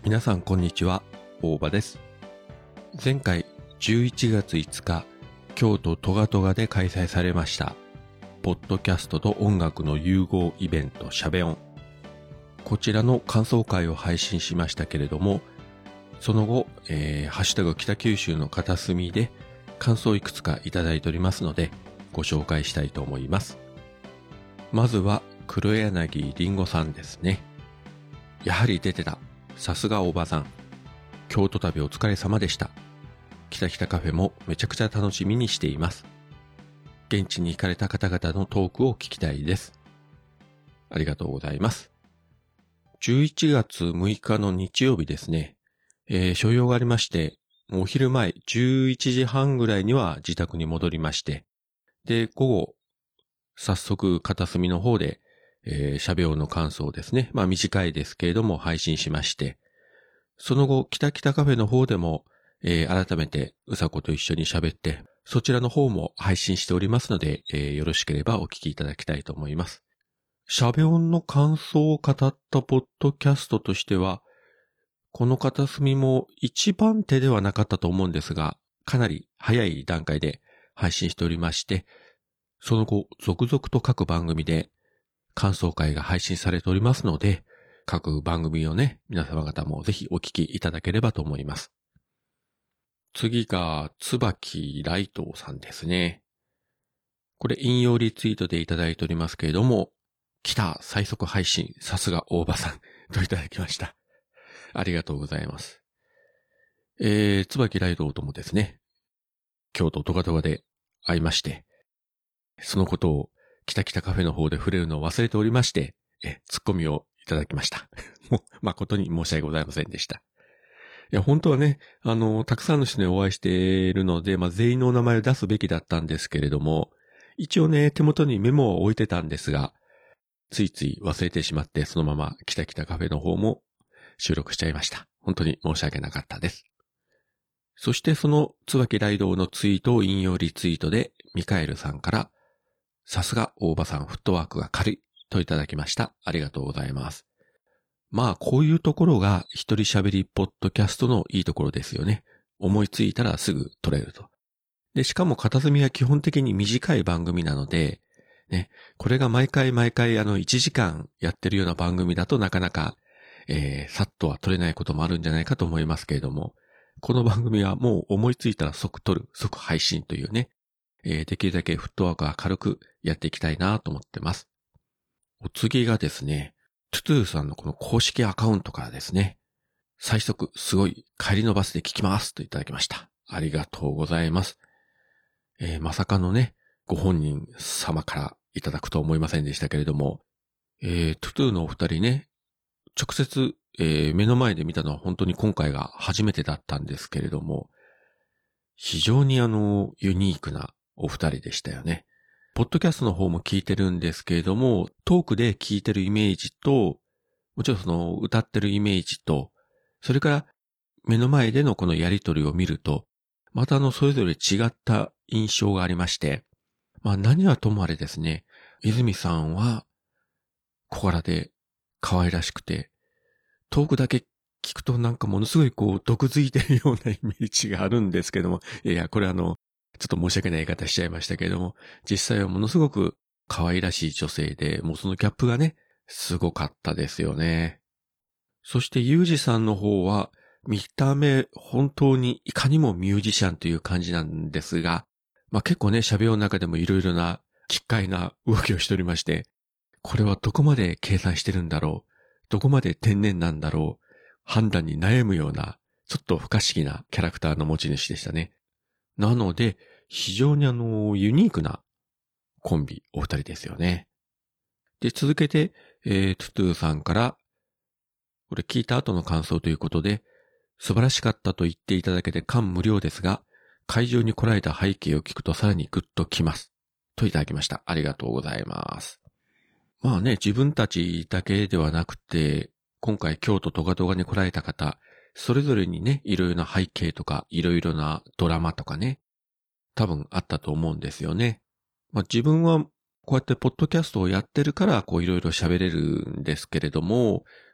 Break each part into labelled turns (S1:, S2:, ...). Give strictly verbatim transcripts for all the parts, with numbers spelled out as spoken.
S1: 皆さんこんにちは、大場です。前回じゅういちがついつか、京都トガトガで開催されました、ポッドキャストと音楽の融合イベントしゃべ音。こちらの感想会を配信しましたけれども、その後、えー、ハッシュタグ北九州の片隅で感想いくつかいただいておりますので、ご紹介したいと思います。まずは黒柳りんごさんですね。やはり出てた。さすがおばさん。京都旅お疲れ様でした。北北カフェもめちゃくちゃ楽しみにしています。現地に行かれた方々のトークを聞きたいです。ありがとうございます。じゅういちがつむいかの日曜日ですね。えー、所用がありまして、お昼前じゅういちじはんぐらいには自宅に戻りまして、で、午後、早速片隅の方で、えー、しゃべ音の感想をですね、まあ短いですけれども配信しまして、その後、北北カフェの方でも、えー、改めてうさこと一緒に喋って、そちらの方も配信しておりますので、えー、よろしければお聞きいただきたいと思います。しゃべ音の感想を語ったポッドキャストとしては、この片隅も一番手ではなかったと思うんですが、かなり早い段階で配信しておりまして、その後、続々と各番組で感想会が配信されておりますので、各番組をね、皆様方もぜひお聞きいただければと思います。次が、椿ライトさんですね。これ引用リツイートでいただいておりますけれども、来た最速配信、さすが大場さんといただきました。ありがとうございます。えー、椿ライトともですね、京都トガトガで会いまして、そのことを北北カフェの方で触れるのを忘れておりまして、え、ツッコミをいただきました。もう、誠に申し訳ございませんでした。いや、本当はね、あの、たくさんの人にお会いしているので、まあ、全員のお名前を出すべきだったんですけれども、一応ね、手元にメモを置いてたんですが、ついつい忘れてしまって、そのまま北北カフェの方も収録しちゃいました。本当に申し訳なかったです。そしてその椿ライドのツイートを引用リツイートで、ミカエルさんから、さすが大場さんフットワークが軽いといただきました。ありがとうございます。まあこういうところが一人喋りポッドキャストのいいところですよね。思いついたらすぐ撮れると。で、しかも片隅は基本的に短い番組なので、ね、これが毎回毎回あのいちじかんやってるような番組だとなかなか、えー、さっとは撮れないこともあるんじゃないかと思いますけれども、この番組はもう思いついたら即撮る、即配信というね、えー、できるだけフットワークが軽くやっていきたいなと思ってます。お次がですね、トゥトゥーさんのこの公式アカウントからですね、最速すごい帰りのバスで聞きますといただきました。ありがとうございます。えー、まさかのね、ご本人様からいただくとは思いませんでしたけれども、えー、トゥトゥーのお二人ね、直接、えー、目の前で見たのは本当に今回が初めてだったんですけれども、非常にあの、ユニークなお二人でしたよね。ポッドキャストの方も聞いてるんですけれども、トークで聞いてるイメージと、もちろんその歌ってるイメージと、それから目の前でのこのやりとりを見ると、またあのそれぞれ違った印象がありまして、まあ何はともあれですね、泉さんは小柄で可愛らしくて、トークだけ聞くとなんかものすごいこう毒づいてるようなイメージがあるんですけども、いやいやこれあの、ちょっと申し訳ない言い方しちゃいましたけれども、実際はものすごく可愛らしい女性で、もうそのギャップがね、すごかったですよね。そしてユージさんの方は、見た目本当にいかにもミュージシャンという感じなんですが、まあ結構ね、喋りの中でもいろいろな奇怪な動きをしておりまして、これはどこまで計算してるんだろう、どこまで天然なんだろう、判断に悩むような、ちょっと不可思議なキャラクターの持ち主でしたね。なので、非常にあの、ユニークなコンビ、お二人ですよね。で、続けて、えー、トゥトゥさんから、これ聞いた後の感想ということで、素晴らしかったと言っていただけて感無量ですが、会場に来られた背景を聞くとさらにグッときます。といただきました。ありがとうございます。まあね、自分たちだけではなくて、今回京都トガトガに来られた方、それぞれにね、いろいろな背景とか、いろいろなドラマとかね、多分あったと思うんですよね。まあ自分はこうやってポッドキャストをやってるから、こういろいろ喋れるんですけれども、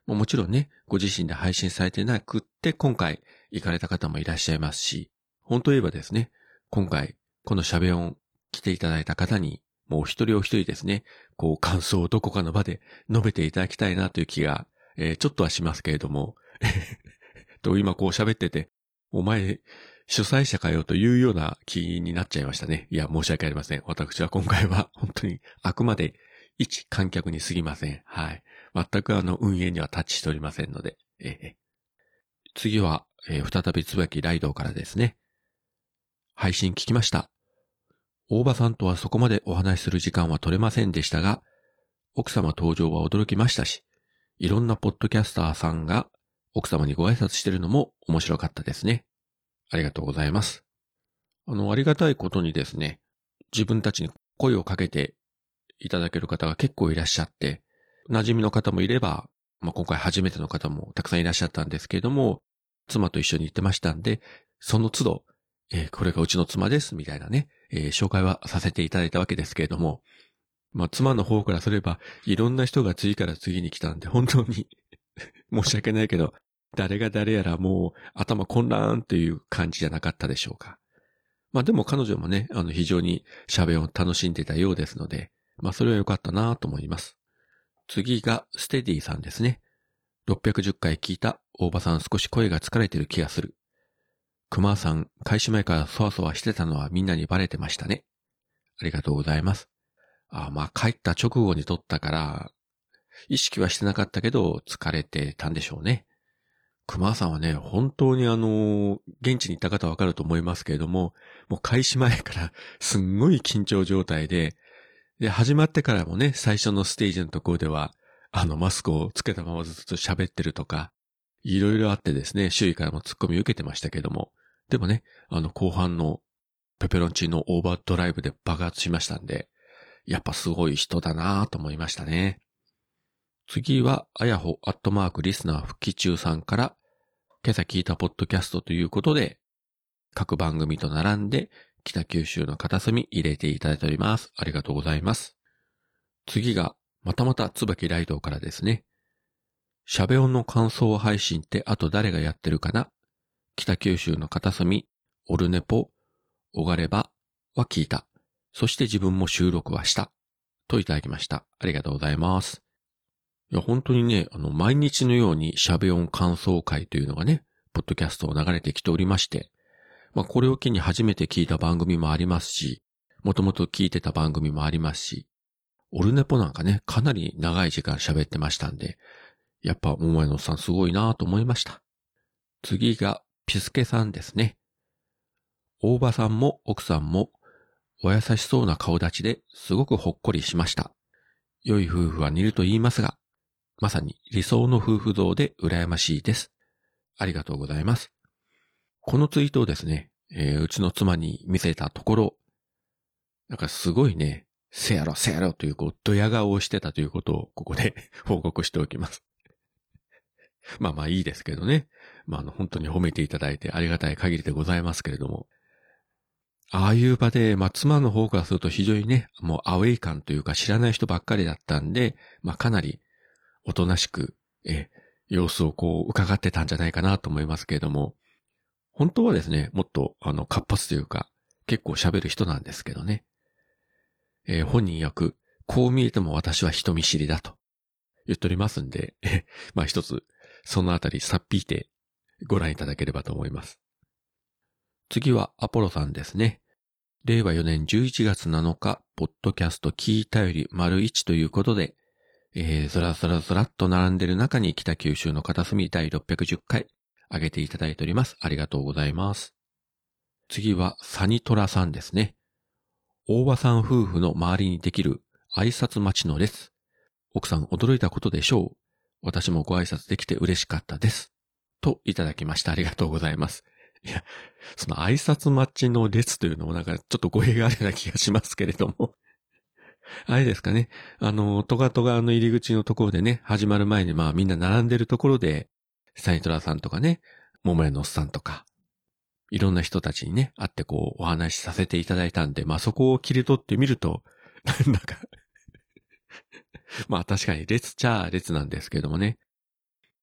S1: もちろんね、ご自身で配信されてなくって今回行かれた方もいらっしゃいますし、本当言えばですね、今回このしゃべ音来ていただいた方にもう一人お一人ですね、こう感想をどこかの場で述べていただきたいなという気が、えー、ちょっとはしますけれども、と今こう喋ってて、お前主催者かよというような気になっちゃいましたね。いや、申し訳ありません。私は今回は本当にあくまで一観客に過ぎません。はい。全くあの運営にはタッチしておりませんので。えー、次は、えー、再びつぶやきライドからですね。配信聞きました。大場さんとはそこまでお話しする時間は取れませんでしたが、奥様登場は驚きましたし、いろんなポッドキャスターさんが奥様にご挨拶してるのも面白かったですね。ありがとうございます。あの、ありがたいことにですね、自分たちに声をかけていただける方が結構いらっしゃって、馴染みの方もいれば、まあ、今回初めての方もたくさんいらっしゃったんですけれども、妻と一緒に行ってましたんで、その都度、えー、これがうちの妻です、みたいなね、えー、紹介はさせていただいたわけですけれども、まあ、妻の方からすれば、いろんな人が次から次に来たんで、本当に申し訳ないけど、誰が誰やらもう頭混乱という感じじゃなかったでしょうか。まあでも彼女もね、あの非常に喋を楽しんでたようですので、まあそれは良かったなと思います。次がステディさんですね。ろっぴゃくじゅっかい聞いた大場さん少し声が疲れてる気がする。熊さん、開始前からそわそわしてたのはみんなにバレてましたね。ありがとうございます。あまあ帰った直後に撮ったから、意識はしてなかったけど疲れてたんでしょうね。熊さんはね、本当にあの、現地に行った方はわかると思いますけれども、もう開始前からすんごい緊張状態で、で、始まってからもね、最初のステージのところでは、あの、マスクをつけたままずっと喋ってるとか、いろいろあってですね、周囲からも突っ込み受けてましたけども、でもね、あの、後半のペペロンチーノオーバードライブで爆発しましたんで、やっぱすごい人だなぁと思いましたね。次は、あやほアットマークリスナー復帰中さんから、今朝聞いたポッドキャストということで、各番組と並んで、北九州の片隅入れていただいております。ありがとうございます。次が、またまた椿ライドからですね。しゃべ音の感想配信ってあと誰がやってるかな？北九州の片隅、オルネポ、おがればは聞いた。そして自分も収録はした。といただきました。ありがとうございます。いや、本当にね、あの、毎日のようにしゃべ音感想会というのがね、ポッドキャストを流れてきておりまして、まあ、これを機に初めて聞いた番組もありますし、もともと聞いてた番組もありますし、オルネポなんかね、かなり長い時間喋ってましたんで、やっぱ、桃屋のさんすごいなぁと思いました。次が、ピスケさんですね。大場さんも奥さんも、お優しそうな顔立ちですごくほっこりしました。良い夫婦は似ると言いますが、まさに理想の夫婦像で羨ましいです。ありがとうございます。このツイートをですね、えー、うちの妻に見せたところ、なんかすごいね、せやろせやろというこう、ドヤ顔をしてたということをここで報告しておきます。まあまあいいですけどね。まああの本当に褒めていただいてありがたい限りでございますけれども。ああいう場で、まあ妻の方からすると非常にね、もうアウェイ感というか知らない人ばっかりだったんで、まあかなりおとなしく、え、様子をこう伺ってたんじゃないかなと思いますけれども、本当はですね、もっとあの活発というか、結構喋る人なんですけどね。えー、本人曰く、こう見えても私は人見知りだと言っておりますんで、まあ一つ、そのあたりさっぴいてご覧いただければと思います。次はアポロさんですね。れいわよねんじゅういちがつなのか、ポッドキャスト聞いたより丸いちということで、えー、ずらずらずらっと並んでる中に北九州の片隅だいろっぴゃくじゅっかい上げていただいております。ありがとうございます。次はサニトラさんですね。大場さん夫婦の周りにできる挨拶待ちの列。奥さん驚いたことでしょう。私もご挨拶できて嬉しかったです。といただきました。ありがとうございます。いや、その挨拶待ちの列というのもなんかちょっと語弊があるような気がしますけれども。あれですかね。あの、トガトガの入り口のところでね、始まる前にまあみんな並んでるところで、サニトラさんとかね、桃屋のおっさんとか、いろんな人たちにね、会ってこうお話しさせていただいたんで、まあそこを切り取ってみると、なんか、まあ確かに列っちゃ列なんですけどもね。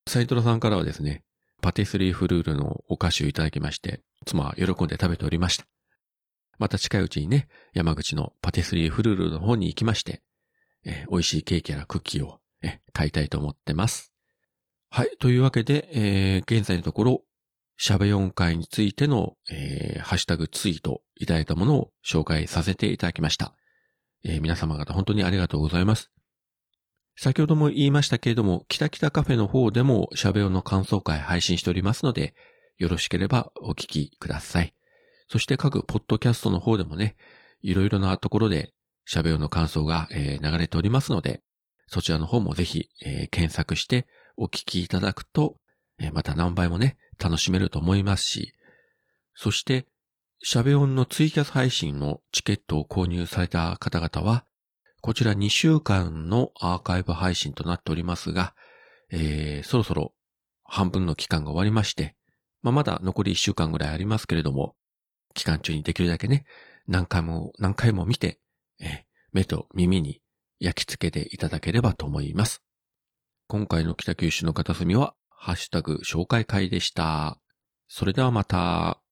S1: サイトラさんからはですね、パティスリーフルールのお菓子をいただきまして、妻は喜んで食べておりました。また近いうちにね、山口のパティスリーフルールの方に行きまして、えー、美味しいケーキやクッキーを、えー、買いたいと思ってます。はい。というわけで、えー、現在のところ、しゃべよん会についての、えー、ハッシュタグツイートいただいたものを紹介させていただきました。えー、皆様方本当にありがとうございます。先ほども言いましたけれども、キタキタカフェの方でもしゃべよの感想会配信しておりますので、よろしければお聞きください。そして各ポッドキャストの方でもね、いろいろなところでしゃべよの感想が、えー、流れておりますので、そちらの方もぜひ、えー、検索してお聞きいただくと、えー、また何倍もね、楽しめると思いますし、そして、しゃべ音のツイキャス配信のチケットを購入された方々は、こちらにしゅうかんのアーカイブ配信となっておりますが、えー、そろそろ半分の期間が終わりまして、まあ、まだ残りいっしゅうかんぐらいありますけれども、期間中にできるだけね、何回も何回も見て、えー、目と耳に焼き付けていただければと思います。今回の北九州の片隅は、ハッシュタグ紹介会でした。それではまた。